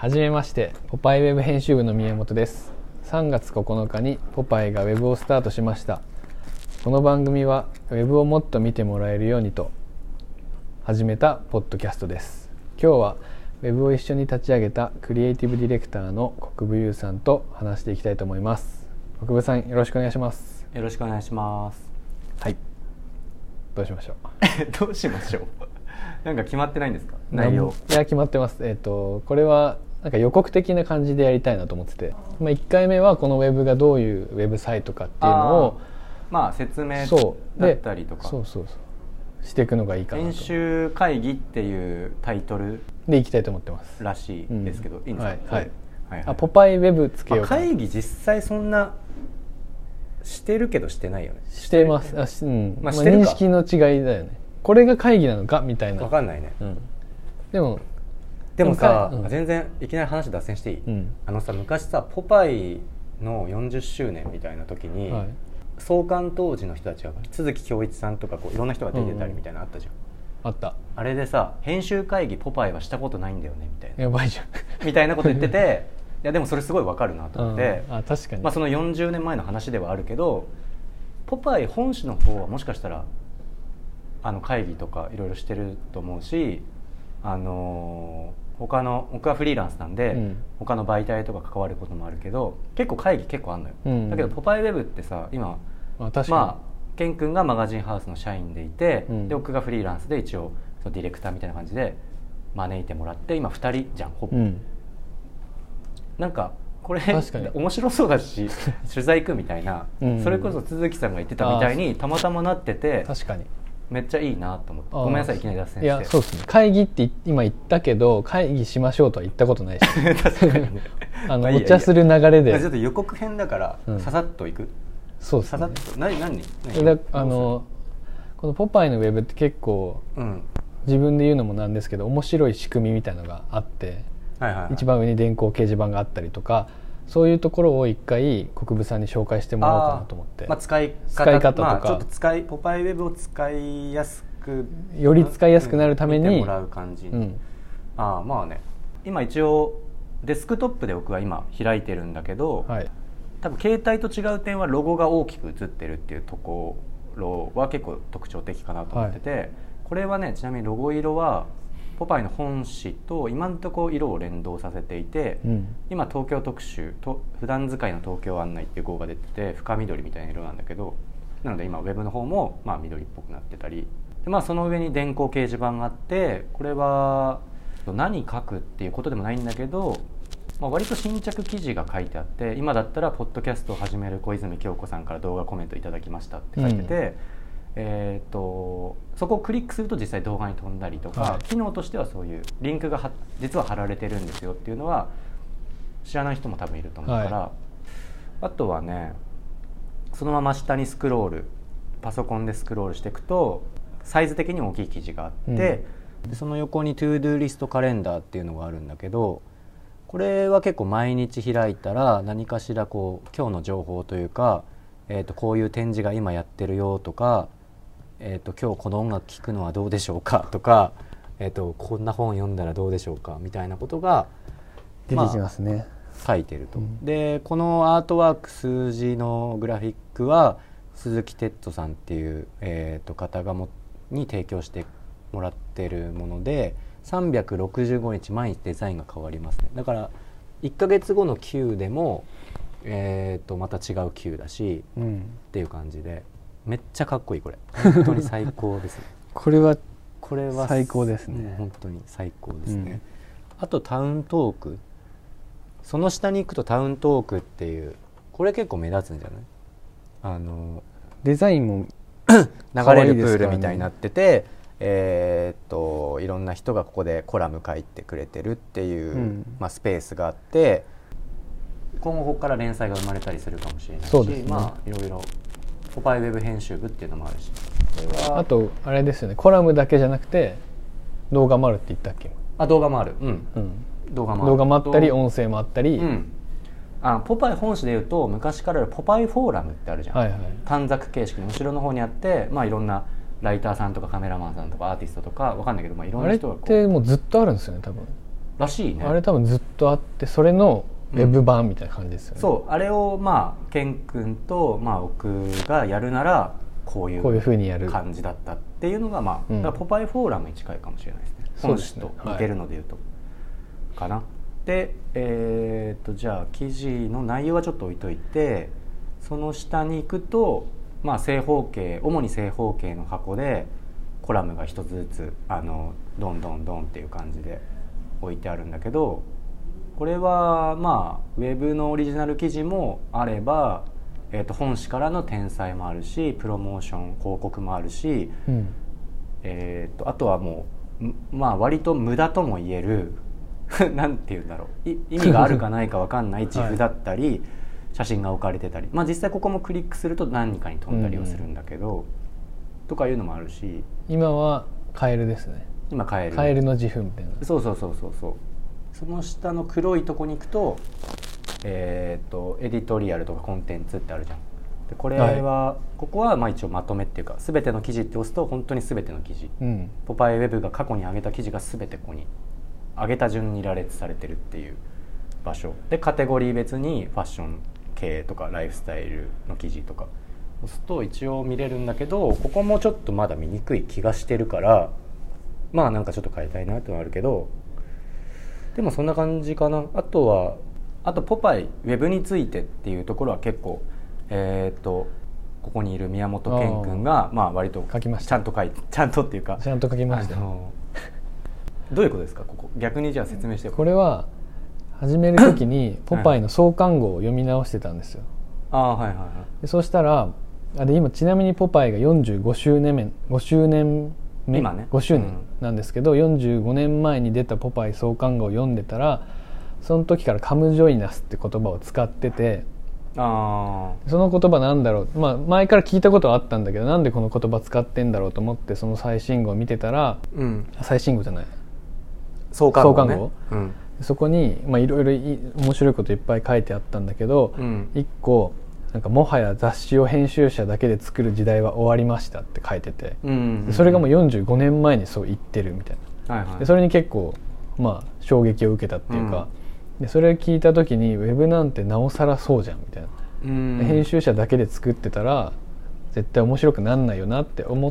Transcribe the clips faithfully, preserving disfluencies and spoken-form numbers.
はじめまして、ポパイウェブ編集部の宮本です。さんがつここのかにポパイがウェブをスタートしました。この番組はウェブをもっと見てもらえるようにと始めたポッドキャストです。今日はウェブを一緒に立ち上げたクリエイティブディレクターの国分優さんと話していきたいと思います。国分さん、よろしくお願いします。 よろしくお願いします。 はい、どうしましょうどうしましょうなんか決まってないんですか、内容。 いや決まってます。えっとこれはなんか予告的な感じでやりたいなと思ってて、まあ、いっかいめはこのウェブがどういうウェブサイトかっていうのをまあ説明だったりとかそうそうそうしていくのがいいかなと。 編集会議っていうタイトルでいきたいと思ってますらしいですけど、うん、いいんですか。 はいはいはいはい、あポパイウェブつけようかな。 会議実際そんなしてるけどしてないよね。 してます。あし、うんまあ、認識の違いだよね。これが会議なのかみたいな。 分かんないね、うん、 でもでもさ、うん、全然いきなり話脱線していい、うん、あのさ昔さポパイのよんじゅっしゅうねんみたいな時に、はい、創刊当時の人たちが都築恭一さんとかこういろんな人が出てたりみたいなのあったじゃん、うんうん、あった。あれでさ、編集会議ポパイはしたことないんだよねみたいな、 やばいじゃんみたいなこと言ってていやでもそれすごいわかるなと思って、 うん、あ確かに、 まあ、そのよんじゅうねんまえの話ではあるけど、ポパイ本誌の方はもしかしたらあの会議とかいろいろしてると思うし、あのー他の僕はフリーランスなんで、うん、他の媒体とか関わることもあるけど結構会議結構あるのよ、うん、だけどポパイウェブってさ今、まあ、確かにまあケン君がマガジンハウスの社員でいて、うん、で僕がフリーランスで一応そのディレクターみたいな感じで招いてもらって今ふたりじゃんほぼ、うん、なんかこれ面白そうだし取材行くみたいな、うん、それこそ都築さんが言ってたみたいにたまたまなってて確かにめっちゃいいなと思って。ごめんなさいいきなり脱線して。 いやそうですね、会議って今言ったけど会議しましょうとは言ったことないし確かに、ね、あのお茶する流れでちょっと予告編だから、うん、ささっといく。 そうですね、 ささっと何何何あのこのポパイのウェブって結構、うん、自分で言うのもなんですけど面白い仕組みみたいなのがあって、はいはいはい、一番上に電光掲示板があったりとか、そういうところを一回国分さんに紹介してもらおうかなと思って。 まあ、使い方、 使い方とか、 まあ、ちょっと使いポパイウェブを使いやすくより使いやすくなるために、 見てもらう感じ、うん、あまあね今一応デスクトップで僕は今開いてるんだけど、はい、多分携帯と違う点はロゴが大きく映ってるっていうところは結構特徴的かなと思ってて、はい、これはねちなみにロゴ色はポパイの本誌と今のところ色を連動させていて、うん、今東京特集と普段使いの東京案内っていう号が出てて深緑みたいな色なんだけど、なので今ウェブの方もまあ緑っぽくなってたりで、まあ、その上に電光掲示板があって、これは何書くっていうことでもないんだけど、まあ、割と新着記事が書いてあって、今だったらポッドキャストを始める小泉京子さんから動画コメントいただきましたって書いてて、うんえー、とそこをクリックすると実際動画に飛んだりとか、はい、機能としてはそういうリンクがは実は貼られてるんですよっていうのは知らない人も多分いると思うから、はい、あとはねそのまま下にスクロールパソコンでスクロールしていくとサイズ的に大きい記事があって、うん、でその横にトゥードゥーリストカレンダーっていうのがあるんだけど、これは結構毎日開いたら何かしらこう今日の情報というか、えー、とこういう展示が今やってるよとか、えー、と今日この音楽聴くのはどうでしょうかとか、えー、とこんな本読んだらどうでしょうかみたいなことが出てきますね、まあ、書いてると、うん、でこのアートワーク数字のグラフィックは鈴木哲人さんっていう、えー、と方がもに提供してもらってるものでさんびゃくろくじゅうごにち毎日デザインが変わりますね。だからいっかげつごの Q でも、えー、とまた違う Q だし、うん、っていう感じでめっちゃかっこいい。これ本当に最高ですねこれはこれは最高ですね。 本当に最高ですね、うん、あとタウントーク、その下に行くとタウントークっていうこれ結構目立つんじゃない？あのデザインも流れるプールみたいになってて、えー、っといろんな人がここでコラム書いてくれてるっていう、うんまあ、スペースがあって、今後ここから連載が生まれたりするかもしれないし、そうですね、まあいろいろポパイウェブ編集部っていうのもあるし、 あとあれですよね、コラムだけじゃなくて動画もあるって言ったっけ？ あ、動画もある、うんうん、動画もある、 動画もあったり音声もあったり、 うん、あポパイ本誌でいうと昔からあるポパイフォーラムってあるじゃん、はいはい、短冊形式の後ろの方にあって、まあ、いろんなライターさんとかカメラマンさんとかアーティストとかわかんないけど、まあ、いろんな人がこう、 あれってもうずっとあるんですよね多分。 らしいね。 あれ多分ずっとあって、それのウェブ版みたいな感じですよね、うん、 そう、あれをまあケン君と、まあ、僕がやるならこういうこういう風にやる感じだったっていうのが、まあ、だからポパイフォーラムに近いかもしれないですね、 うん、 本誌と似てるのでいうと、はい、かな。で、えー、っとじゃあ記事の内容はちょっと置いといて、その下に行くと、まあ、正方形、主に正方形の箱でコラムが一つずつあのドンドンドンっていう感じで置いてあるんだけど、これはまあウェブのオリジナル記事もあれば、えー、と本誌からの転載もあるし、プロモーション広告もあるし、うん、えー、とあとはもうまあ割と無駄とも言えるなんていうんだろう、意味があるかないか分かんない自負だったり、はい、写真が置かれてたり、まあ、実際ここもクリックすると何かに飛んだりはするんだけど、うん、とかいうのもあるし、 今はカエルですね。 今カエルカエルの自負みたいな。 そうそうそうそうそう。その下の黒いとこに行くと、えー、とエディトリアルとかコンテンツってあるじゃん。でこれは、はい、ここはまあ一応まとめっていうか、全ての記事って押すと本当に全ての記事、うん、ポパイウェブが過去に上げた記事が全てここに上げた順に羅列されてるっていう場所で、カテゴリー別にファッション系とかライフスタイルの記事とか押すと一応見れるんだけど、ここもちょっとまだ見にくい気がしてるから、まあなんかちょっと変えたいなってのはあるけど、でもそんな感じかな。あとはあとポパイウェブについてっていうところは結構、えー、っとここにいる宮本健君がまあ割と書きました。 ちゃんと書いて、ちゃんとっていうかちゃんと書きました。 どういうことですか、ここ逆にじゃあ説明してよ。 これは始める時にポパイの創刊号を読み直してたんですよ。 ああ、はいはいはい。 でそうしたらあで今ちなみにポパイがよんじゅうごしゅうねんめごしゅうねんめ今ねごしゅうねんなんですけど、うん、よんじゅうごねんまえに出たポパイ創刊号を読んでたら、その時からカムジョイナスって言葉を使ってて、 あその言葉なんだろう、まあ、前から聞いたことはあったんだけど、なんでこの言葉使ってんだろうと思ってその最新号を見てたら、うん、最新号じゃない創刊号ね、 号、うん、そこにいろいろ面白いこといっぱい書いてあったんだけど、うん、いっこなんかもはや雑誌を編集者だけで作る時代は終わりましたって書いてて、うんうんうん、それがもうよんじゅうごねんまえにそう言ってるみたいな、はいはい、でそれに結構まあ衝撃を受けたっていうか、うん、でそれを聞いた時にウェブなんてなおさらそうじゃんみたいな、うん、編集者だけで作ってたら絶対面白くなんないよなって思って、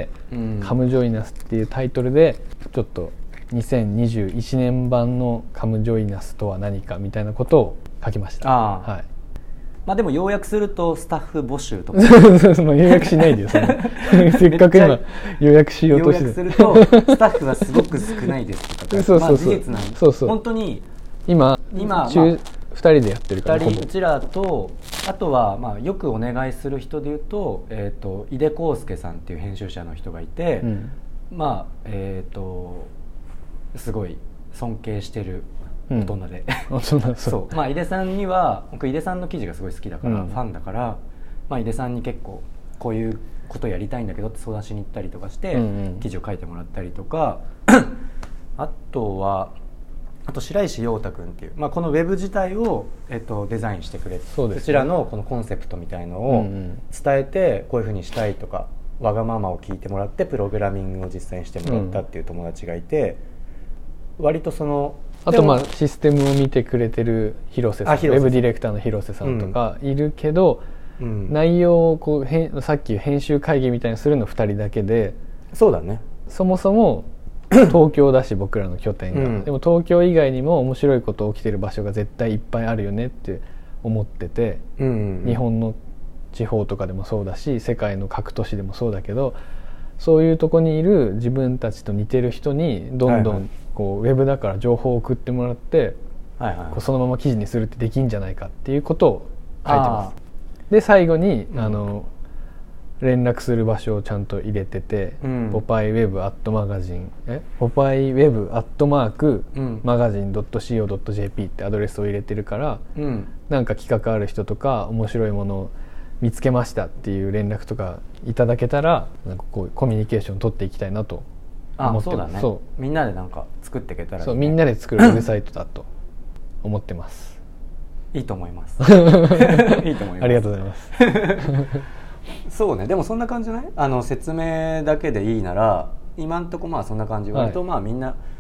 うん、カムジョイナスっていうタイトルでちょっとにせんにじゅういちねん版のカムジョイナスとは何かみたいなことを書きました。 あ、はい、まあでも要約するとスタッフ募集とか要約しないでよそのせっかく今要約しようとして要約するとスタッフはすごく少ないですとかそうそうそう、まあ、事実なんです。そうそう、本当に今今中、まあ、ふたりでやってるから、 ふたりうちらと、あとはまあよくお願いする人でいうと、えーと井出康介さんっていう編集者の人がいて、うん、まあえっ、ー、とすごい尊敬してる大人で、うん、そう、まあ井出さんには僕井出さんの記事がすごい好きだから、うん、ファンだから、まあ、井出さんに結構こういうことやりたいんだけどって相談しに行ったりとかして、うんうん、記事を書いてもらったりとかあとはあと白石陽太君っていう、まあ、このウェブ自体を、えっと、デザインしてくれて、そうですね、こちらのこのコンセプトみたいのを伝えてこういうふうにしたいとかわがままを聞いてもらってプログラミングを実践してもらったっていう友達がいて、うん、割とそのあとまあシステムを見てくれてる広瀬さん、ウェブディレクターの広瀬さんとかいるけど、うん、内容をこうへんさっき編集会議みたいにするのふたりだけで、 そうだね、 そもそも東京だし僕らの拠点が、うん、でも東京以外にも面白いこと起きてる場所が絶対いっぱいあるよねって思ってて、うんうんうん、日本の地方とかでもそうだし世界の各都市でもそうだけど、そういうとこにいる自分たちと似てる人にどんどんこう、はいはい、ウェブだから情報を送ってもらって、はいはい、こうそのまま記事にするってできんじゃないかっていうことを書いてます。で最後に、うん、あの連絡する場所をちゃんと入れてて、うん、ポパイウェブアットマガジンえポパイウェブアットマークマガジン .co.jp ってアドレスを入れてるから、うん、なんか企画ある人とか面白いものを見つけましたっていう連絡とかいただけたらなんかこうコミュニケーション取っていきたいなと思ってます。あ、そうだね。そうみんなでなんか作っていけたらいいね。 そうみんなで作るウェブサイトだと思ってますいいと思いますいいと思います。 ありがとうございますそうね、でもそんな感じじゃない？あの説明だけでいいなら今んとこまあそんな感じ、はい、割とまあみんな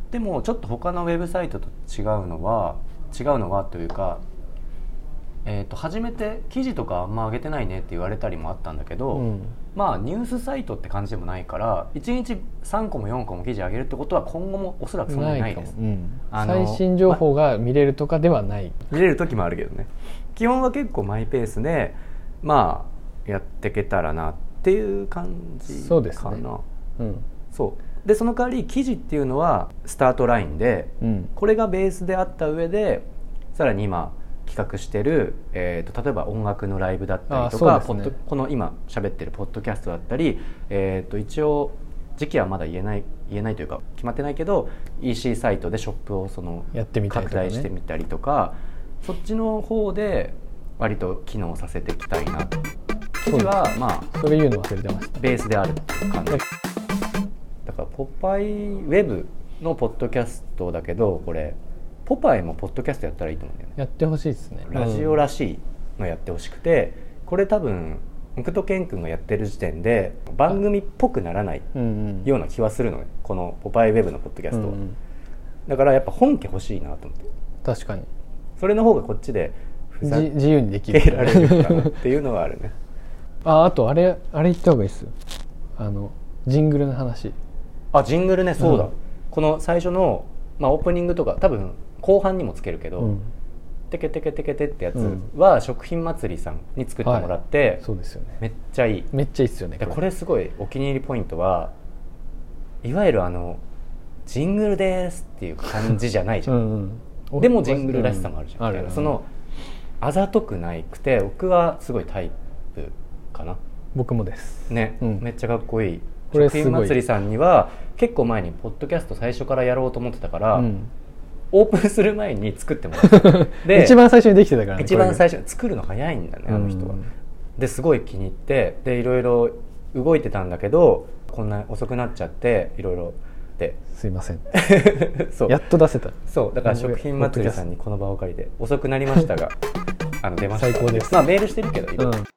でもちょっと他のウェブサイトと違うのは違うのはというか、えー、と初めて記事とかあんま上げてないねって言われたりもあったんだけど、うん、まあニュースサイトって感じでもないからいちにちさんこもよんこも記事上げるってことは今後もおそらくそんなにないです。 うん、最新情報が見れるとかではない、 ま、見れる時もあるけどね、基本は結構マイペースでまあやっていけたらなっていう感じかな。 そうですね、 うん、そうでその代わり記事っていうのはスタートラインで、うん、これがベースであった上でさらに今企画してる、えー、と例えば音楽のライブだったりとか、ね、ポッドこの今喋ってるポッドキャストだったり、えー、と一応時期はまだ言えない言えないというか決まってないけど イーシー サイトでショップをそのやってみたりとかね、 拡大してみたりとかそっちの方で割と機能させていきたいな。記事はまあそれ言うの忘れてました。 ベースであるっていう感じだからポパイウェブのポッドキャストだけどこれポパイもポッドキャストやったらいいと思うんだよね。 やってほしいですね。 ラジオらしいのやってほしくて、うん、これ多分僕とケン君がやってる時点で番組っぽくならないような気はするのね、このポパイウェブのポッドキャストは、うんうん、だからやっぱ本家欲しいなと思って。 確かにそれの方がこっちでふざけ自由にできるられるかなっていうのはあるねあ, あとあれあれ言った方がいいですよ、あのジングルの話。 あジングルね、そうだ、うん、この最初の、まあ、オープニングとか多分後半にもつけるけど、うん、テケテケテケテってやつは食品祭りさんに作ってもらって、 はい、そうですよね、 めっちゃいいめっちゃいいっすよね。 これ、これすごいお気に入りポイントはいわゆるあのジングルですっていう感じじゃないじゃんうん、うん、でもジングルらしさもあるじゃん、うん、みたいな、そのあざとくないくて僕はすごいタイプかな。 僕もですね、うん、めっちゃかっこいい。食品祭りさんには結構前にポッドキャスト最初からやろうと思ってたから、うん、オープンする前に作ってもらったで一番最初にできてたからね。 一番最初作るの早いんだねあの人は、うん、ですごい気に入ってでいろいろ動いてたんだけどこんな遅くなっちゃっていろいろすいませんそうやっと出せた。 そうだから食品祭りさんにこの場を借りて遅くなりましたがあの出ました。 最高です。 まあメールしてるけどいろいろ、うん、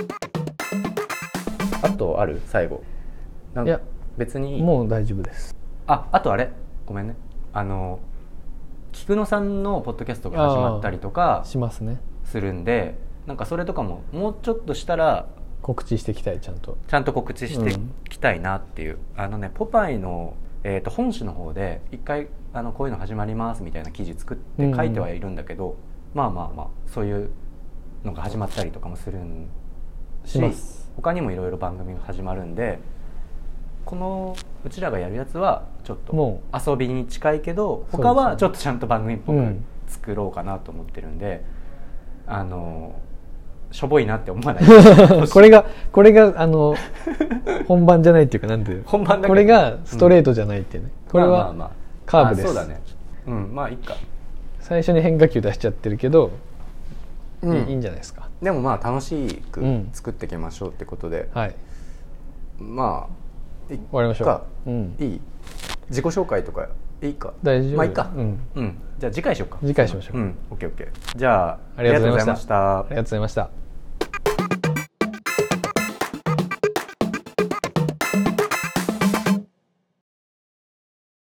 あとある最後なんかいや別にもう大丈夫です。 ああとあれごめんね、あの菊野さんのポッドキャストが始まったりとかしますねするんで、なんかそれとかももうちょっとしたら告知していきたい。ちゃんとちゃんと告知していきたいなっていう、うん、あのねポパイのえー、と本誌の方で一回あのこういうの始まりますみたいな記事作って書いてはいるんだけど、うん、まあまあまあそういうのが始まったりとかもするんします他にもいろいろ番組が始まるんで、このうちらがやるやつはちょっと遊びに近いけど他はちょっとちゃんと番組っぽく作ろうかなと思ってるんで、うん、あのしょぼいなって思わないこれがこれがあの本番じゃないっていうかなんていう本番だけどこれがストレートじゃないっていうね、うん、これはカーブです。 そうだね、うんまあいいか。 最初に変化球出しちゃってるけど、うん、いいんじゃないですか。 でもまあ楽しく作っていきましょうってことで、うん、はい、まあ終わりましょうか、 うん、いい自己紹介とかいいか大丈夫、 まあいいか、うんうん、じゃあ次回しようか。 次回しましょう。 うん、オッケーオッケー。じゃあありがとうございました。 ありがとうございました。 ありがとうございました。